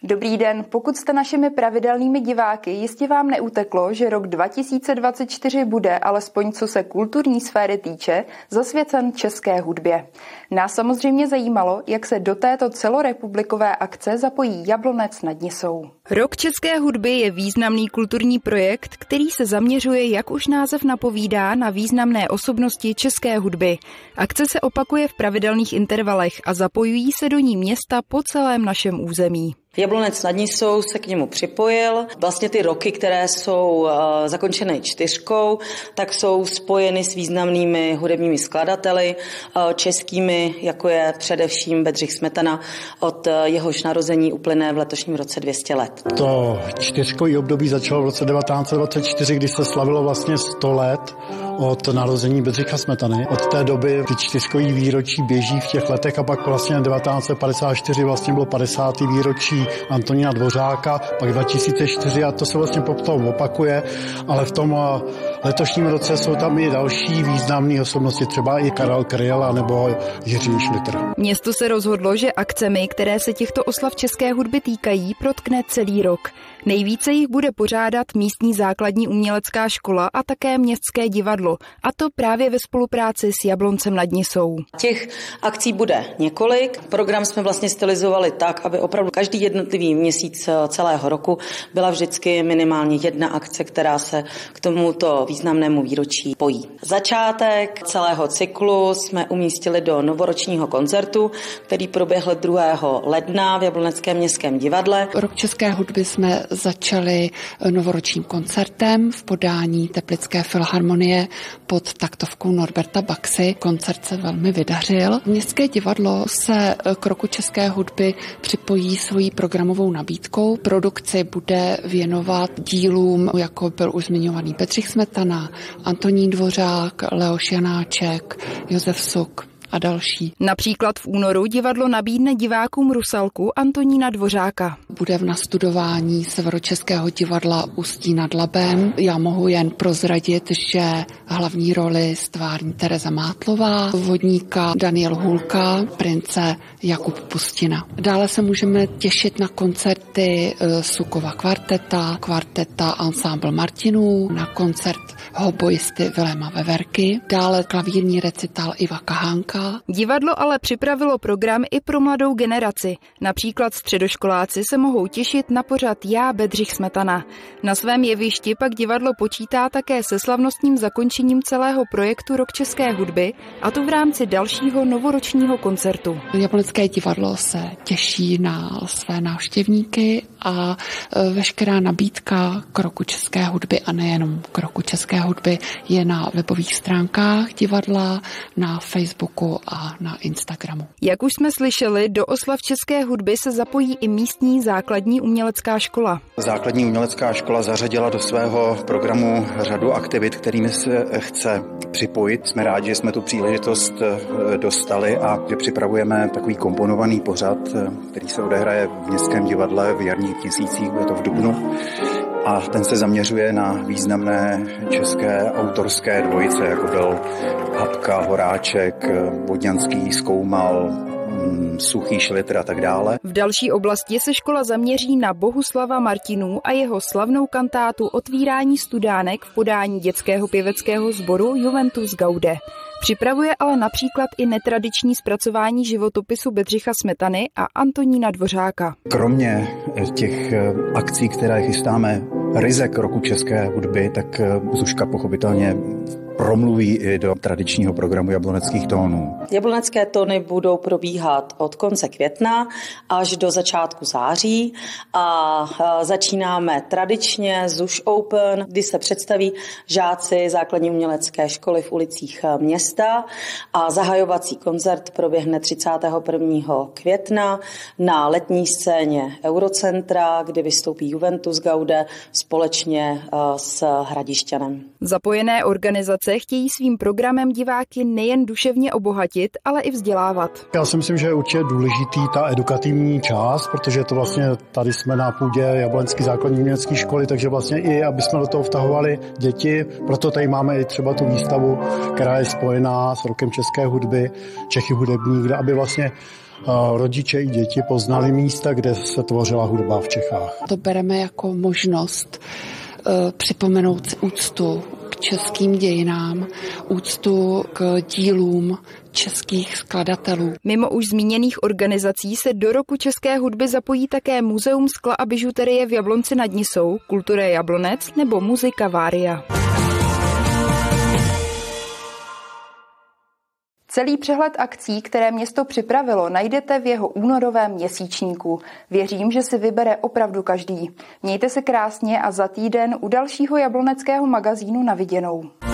Dobrý den, pokud jste našimi pravidelnými diváky, jistě vám neuteklo, že rok 2024 bude, alespoň co se kulturní sféry týče, zasvěcen české hudbě. Nás samozřejmě zajímalo, jak se do této celorepublikové akce zapojí Jablonec nad Nisou. Rok české hudby je významný kulturní projekt, který se zaměřuje, jak už název napovídá, na významné osobnosti české hudby. Akce se opakuje v pravidelných intervalech a zapojují se do ní města po celém našem území. Jablonec nad Nisou se k němu připojil. Vlastně ty roky, které jsou zakončeny 4, tak jsou spojeny s významnými hudebními skladateli českými, jako je především Bedřich Smetana, od jehož narození uplyne v letošním roce 200 let. To 4 období začalo v roce 1924, kdy se slavilo vlastně 100 let od narození Bedřicha Smetany. Od té doby ty 4 výročí běží v těch letech a pak vlastně 1954 vlastně bylo 50. výročí Antonína Dvořáka, pak 2004 a to se vlastně potom opakuje, ale v tom letošním roce jsou tam i další významné osobnosti, třeba i Karel Kryl nebo Jiří Šlitr. Město se rozhodlo, že akcemi, které se těchto oslav české hudby týkají, protkne celý rok. Nejvíce jich bude pořádat místní základní umělecká škola a také městské divadlo, a to právě ve spolupráci s Jabloncem nad Nisou. Těch akcí bude několik. Program jsme vlastně stylizovali tak, aby opravdu každý jednotlivý měsíc celého roku byla vždycky minimálně jedna akce, která se k tomuto významnému výročí pojí. Začátek celého cyklu jsme umístili do novoročního koncertu, který proběhl 2. ledna v Jabloneckém městském divadle. Rok české hudby jsme začali novoročním koncertem v podání Teplické filharmonie pod taktovkou Norberta Baxy. Koncert se velmi vydařil. Městské divadlo se k roku české hudby připojí svojí programovou nabídkou. Produkci bude věnovat dílům, jako byl už zmiňovaný Bedřich Smetana, Antonín Dvořák, Leoš Janáček, Josef Suk a další. Například v únoru divadlo nabídne divákům Rusalku Antonína Dvořáka. Bude v nastudování Severočeského divadla Ústí nad Labem. Já mohu jen prozradit, že hlavní roli stvární Tereza Mátlová, vodníka Daniel Hůlka, prince Jakub Pustina. Dále se můžeme těšit na koncerty Sukova kvarteta Ensemble Martinů, na koncert hoboisty Viléma Veverky, dále klavírní recital Iva Kahánka. Divadlo ale připravilo program i pro mladou generaci. Například středoškoláci se mohou těšit na pořad Já, Bedřich Smetana. Na svém jevišti pak divadlo počítá také se slavnostním zakončením celého projektu Rok české hudby, a to v rámci dalšího novoročního koncertu. Jablonecké divadlo se těší na své návštěvníky a veškerá nabídka k Roku české hudby a nejenom k Roku české hudby je na webových stránkách divadla, na Facebooku a na Instagramu. Jak už jsme slyšeli, do oslav české hudby se zapojí i místní základní umělecká škola. Základní umělecká škola zařadila do svého programu řadu aktivit, kterými se chce připojit. Jsme rádi, že jsme tu příležitost dostali a že připravujeme takový komponovaný pořad, který se odehraje v Městském divadle v jarních měsících, bude to v dubnu. A ten se zaměřuje na významné české autorské dvojice, jako byl Hapka, Horáček, Vodňanský, Skoumal, Suchý, Šlitr a tak dále. V další oblasti se škola zaměří na Bohuslava Martinů a jeho slavnou kantátu Otvírání studánek v podání dětského pěveckého sboru Juventus Gaude. Připravuje ale například i netradiční zpracování životopisu Bedřicha Smetany a Antonína Dvořáka. Kromě těch akcí, které chystáme ryze k Roku české hudby, tak Zuška pochopitelně promluví i do tradičního programu Jabloneckých tónů. Jablonecké tóny budou probíhat od konce května až do začátku září a začínáme tradičně Zuš Open, kdy se představí žáci základní umělecké školy v ulicích města a zahajovací koncert proběhne 31. května na letní scéně Eurocentra, kdy vystoupí Juventus Gaude společně s Hradišťanem. Zapojené organizace chtějí svým programem diváky nejen duševně obohatit, ale i vzdělávat. Já si myslím, že je určitě důležitý ta edukativní část, protože to vlastně tady jsme na půdě Jablonecké základní umělecké školy, takže vlastně i aby jsme do toho vtahovali děti, proto tady máme i třeba tu výstavu, která je spojená s Rokem české hudby, Čechy hudební, kde aby vlastně rodiče i děti poznali místa, kde se tvořila hudba v Čechách. To bereme jako možnost připomenout si úctu k českým dějinám, úctu k dílům českých skladatelů. Mimo už zmíněných organizací se do roku české hudby zapojí také Muzeum skla a bižuterie v Jablonci nad Nisou, Kultura Jablonec nebo Muzika Varia. Celý přehled akcí, které město připravilo, najdete v jeho únorovém měsíčníku. Věřím, že si vybere opravdu každý. Mějte se krásně a za týden u dalšího jabloneckého magazínu na viděnou.